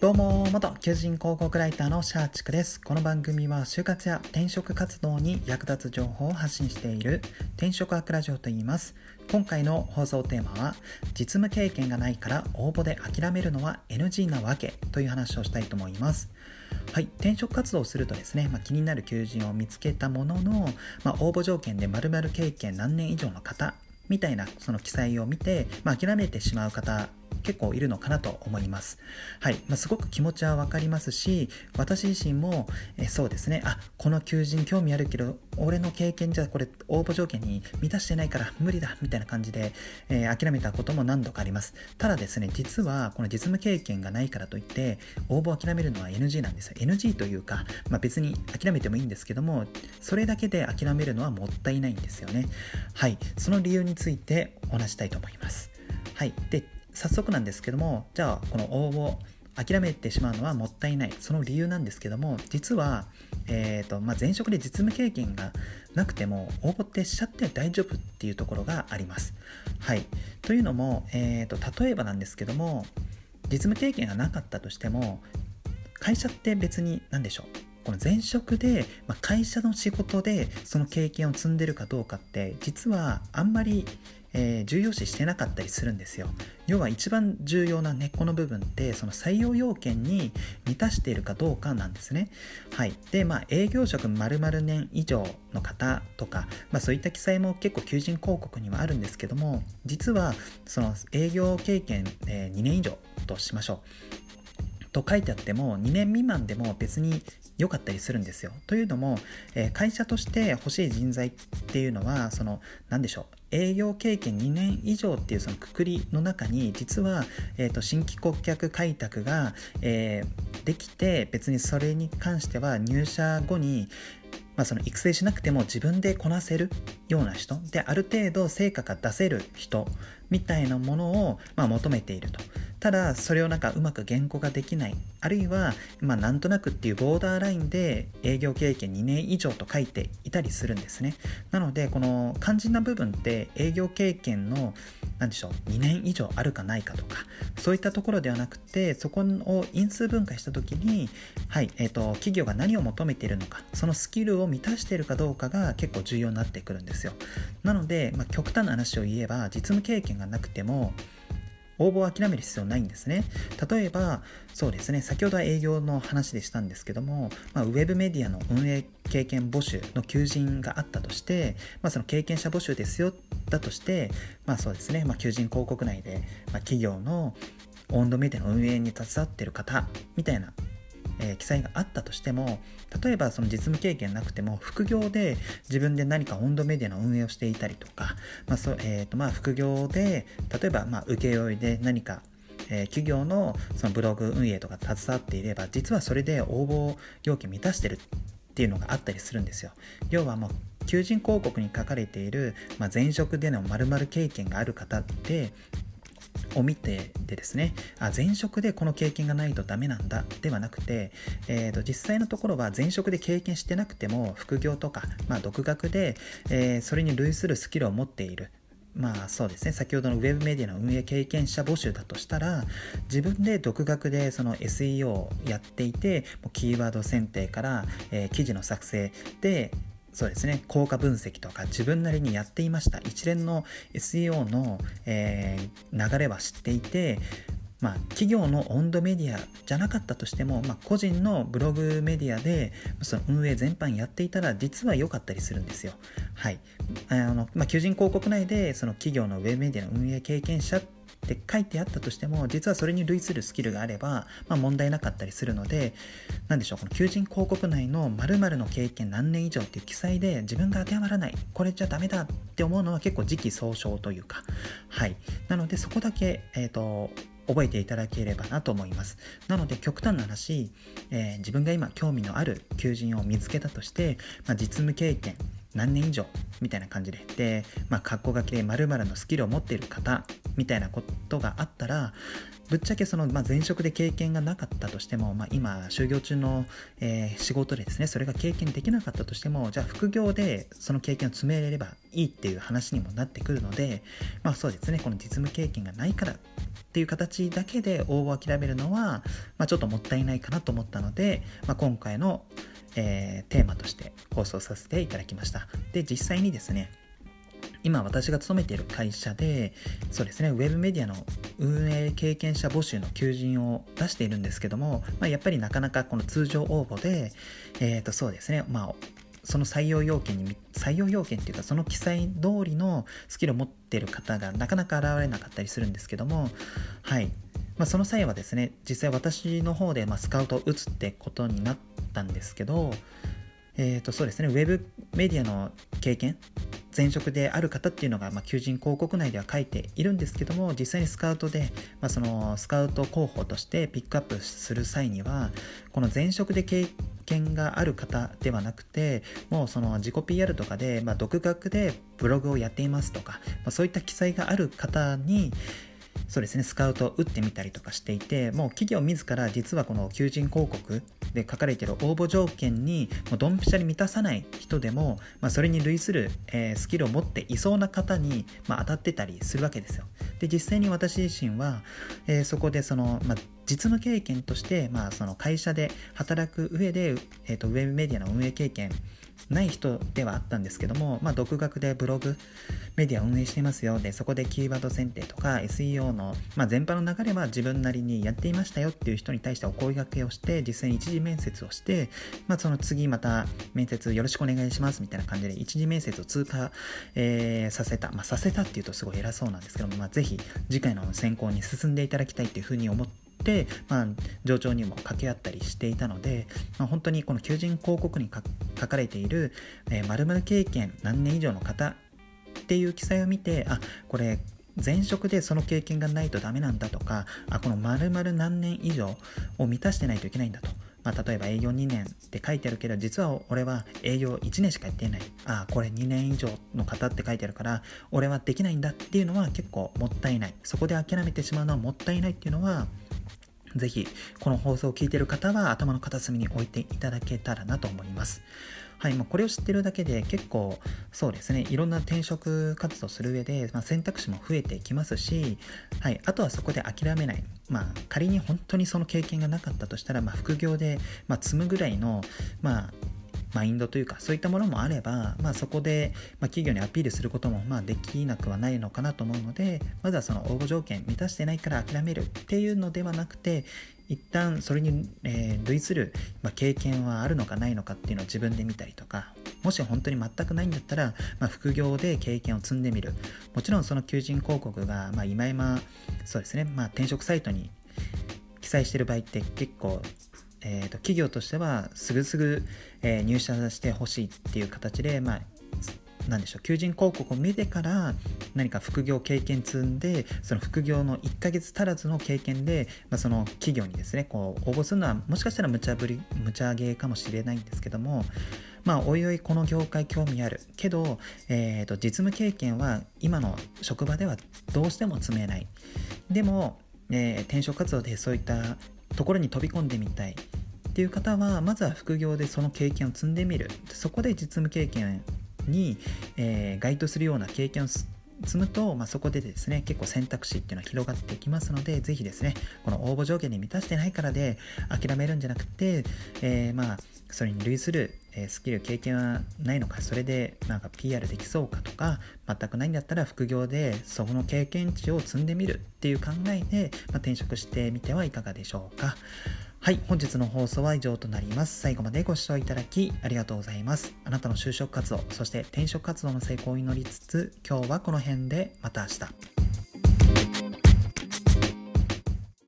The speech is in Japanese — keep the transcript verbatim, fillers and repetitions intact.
どうも、元求人広告ライターのシャーチクです。この番組は就活や転職活動に役立つ情報を発信している転職アクラジオと言います。今回の放送テーマは、実務経験がないから応募で諦めるのは エヌジー なわけという話をしたいと思います。はい、転職活動をするとですね、まあ、気になる求人を見つけたものの、まあ、応募条件で〇〇経験何年以上の方みたいなその記載を見て、まあ、諦めてしまう方結構いるのかなと思います。はい、まあ、すごく気持ちはわかりますし、私自身もえそうですね、あ、この求人興味あるけど俺の経験じゃこれ応募条件に満たしてないから無理だみたいな感じで、えー、諦めたことも何度かあります。ただですね、実はこの実務経験がないからといって応募を諦めるのは エヌジー なんですよ。 エヌジー というか、まあ、別に諦めてもいいんですけども、それだけで諦めるのはもったいないんですよね。はい、その理由についてお話したいと思います。はい、で早速なんですけども、じゃあこの応募諦めてしまうのはもったいない、その理由なんですけども、実は、えーとまあ、前職で実務経験がなくても応募ってしちゃって大丈夫っていうところがあります。はい、というのも、えーと例えばなんですけども、実務経験がなかったとしても会社って別に何でしょう、この前職で、まあ、会社の仕事でその経験を積んでるかどうかって実はあんまり、えー、重要視してなかったりするんですよ。要は一番重要な根っこの部分ってその採用要件に満たしているかどうかなんですね。はい、でまあ営業職〇〇年以上の方とか、まあ、そういった記載も結構求人広告にはあるんですけども、実はその営業経験、えー、にねん以上としましょうと書いてあってもにねん未満でも別に良かったりするんですよ。というのも、えー、会社として欲しい人材っていうのはその何でしょう、営業経験にねん以上っていうそのくくりの中に実は、えーと、新規顧客開拓が、えー、できて、別にそれに関しては入社後にまあ、その育成しなくても自分でこなせるような人で、ある程度成果が出せる人みたいなものをまあ求めていると。ただそれをなんかうまく言語ができない、あるいはまあなんとなくっていうボーダーラインで営業経験にねん以上と書いていたりするんですね。なのでこの肝心な部分って営業経験のなんでしょう、にねん以上あるかないかとかそういったところではなくて、そこを因数分解した時に、はいえーと、企業が何を求めているのか、そのスキルを満たしているかどうかが結構重要になってくるんですよ。なので、まあ、極端な話を言えば実務経験がなくても応募を諦める必要ないんですね。例えばそうですね、先ほどは営業の話でしたんですけども、まあ、ウェブメディアの運営経験募集の求人があったとして、まあ、その経験者募集ですよだとして、まあそうですね、まあ、求人広告内で、まあ、企業のオンドメディアの運営に携わっている方みたいなえー、記載があったとしても、例えばその実務経験なくても副業で自分で何か温度メディアの運営をしていたりとか、まあそえーとまあ、副業で例えばまあ請負で何か、えー、企業のそのブログ運営とか携わっていれば、実はそれで応募要件満たしてるっていうのがあったりするんですよ。要はもう求人広告に書かれている、まあ、前職での〇〇経験がある方ってを見てでですね、あ、前職でこの経験がないとダメなんだではなくて、えーと、実際のところは前職で経験してなくても副業とか、まあ、独学で、えー、それに類するスキルを持っている、まあそうですね、先ほどのウェブメディアの運営経験者募集だとしたら、自分で独学でその エスイーオー をやっていて、キーワード選定から、えー、記事の作成でそうですね、効果分析とか自分なりにやっていました。一連の エスイーオー の、えー、流れは知っていて、まあ、企業のオンドメディアじゃなかったとしても、まあ、個人のブログメディアでその運営全般やっていたら実は良かったりするんですよ。はい、あの、まあ、求人広告内でその企業のウェブメディアの運営経験者って書いてあったとしても、実はそれに類するスキルがあれば、まあ、問題なかったりするので、なんでしょう、この求人広告内の〇〇の経験何年以上っていう記載で自分が当てはまらない、これじゃダメだって思うのは結構時期尚早というか、はい、なのでそこだけ、えーと覚えていただければなと思います。なので極端な話、えー、自分が今興味のある求人を見つけたとして、まあ、実務経験何年以上みたいな感じで、で、まあ、括弧書きで〇〇のスキルを持っている方みたいなことがあったら、ぶっちゃけその、まあ、前職で経験がなかったとしても、まあ、今就業中の、えー、仕事でですね、それが経験できなかったとしても、じゃあ副業でその経験を積めればいいっていう話にもなってくるので、まあそうですね、この実務経験がないからっていう形だけで応募を諦めるのは、まあ、ちょっともったいないかなと思ったので、まあ、今回の、えー、テーマとして放送させていただきました。で、実際にですね、今私が勤めている会社でそうですねウェブメディアの運営経験者募集の求人を出しているんですけども、まあ、やっぱりなかなかこの通常応募で、えー、とそうですねまあその採用要件に採用要件っていうかその記載通りのスキルを持っている方がなかなか現れなかったりするんですけども、はい、まあ、その際はですね実際私の方でまあスカウトを打つってことになったんですけど、えー、とそうですねウェブメディアの経験前職である方っていうのが、まあ、求人広告内では書いているんですけども、実際にスカウトで、まあ、そのスカウト候補としてピックアップする際にはこの前職で経験がある方ではなくて、もうその自己 ピーアール とかで、まあ、独学でブログをやっていますとか、まあ、そういった記載がある方にそうですねスカウトを打ってみたりとかしていて、もう企業自ら実はこの求人広告で書かれている応募条件にもうドンピシャに満たさない人でも、まあ、それに類する、えー、スキルを持っていそうな方に、まあ、当たってたりするわけですよ。で、実際に私自身は、えー、そこでその、まあ、実務経験として、まあ、その会社で働く上で、えーと、ウェブメディアの運営経験ない人ではあったんですけども、まあ、独学でブログメディアを運営していますよ、でそこでキーワード選定とか エスイーオー の、まあ、全般の流れは自分なりにやっていましたよっていう人に対してお声掛けをして実際に一次面接をして、まあ、その次また面接よろしくお願いしますみたいな感じで一次面接を通過、えー、させた、まあ、させたっていうとすごい偉そうなんですけども、まあ、ぜひ次回の選考に進んでいただきたいというふうに思ってでまあ、上長にも掛け合ったりしていたので、まあ、本当にこの求人広告に書かれている、えー、〇〇経験何年以上の方っていう記載を見て、あ、これ前職でその経験がないとダメなんだとか、あ、この〇〇何年以上を満たしてないといけないんだと、まあ、例えば営業にねんって書いてあるけど実は俺は営業いちねんしかやっていない、あ、これにねん以上の方って書いてあるから俺はできないんだっていうのは結構もったいない、そこで諦めてしまうのはもったいないっていうのはぜひこの放送を聞いている方は頭の片隅に置いていただけたらなと思います。はい、まあ、これを知ってるだけで結構そうですねいろんな転職活動する上で、まあ、選択肢も増えていきますし、はい、あとはそこで諦めない、まあ、仮に本当にその経験がなかったとしたら、まあ、副業で、まあ、積むぐらいのまあマインドというかそういったものもあれば、まあ、そこで、まあ、企業にアピールすることもまあできなくはないのかなと思うので、まずはその応募条件満たしてないから諦めるっていうのではなくて、一旦それに、えー、類する、まあ、経験はあるのかないのかっていうのを自分で見たりとか、もし本当に全くないんだったら、まあ、副業で経験を積んでみる。もちろんその求人広告が、まあ、今今そうですね、まあ、転職サイトに記載している場合って結構えー、と企業としてはすぐすぐ、えー、入社してほしいっていう形で、まあ、なんでしょう求人広告を見てから何か副業経験積んで、その副業のいっかげつ足らずの経験で、まあ、その企業にですねこう応募するのはもしかしたら無茶ぶり無茶ゲーかもしれないんですけども、まあおいおいこの業界興味あるけど、えー、と実務経験は今の職場ではどうしても積めない、でも、えー、転職活動でそういったところに飛び込んでみたいっていう方はまずは副業でその経験を積んでみる、そこで実務経験に、えー、該当するような経験を積むと、まあ、そこでですね結構選択肢っていうのは広がっていきますので、ぜひですねこの応募条件に満たしてないからで諦めるんじゃなくて、えー、まあそれに類するスキル経験はないのか、それでなんか ピーアール できそうかとか、全くないんだったら副業でその経験値を積んでみるっていう考えで、まあ、転職してみてはいかがでしょうか。はい、本日の放送は以上となります。最後までご視聴いただきありがとうございます。あなたの就職活動、そして転職活動の成功を祈りつつ、今日はこの辺で、また明日。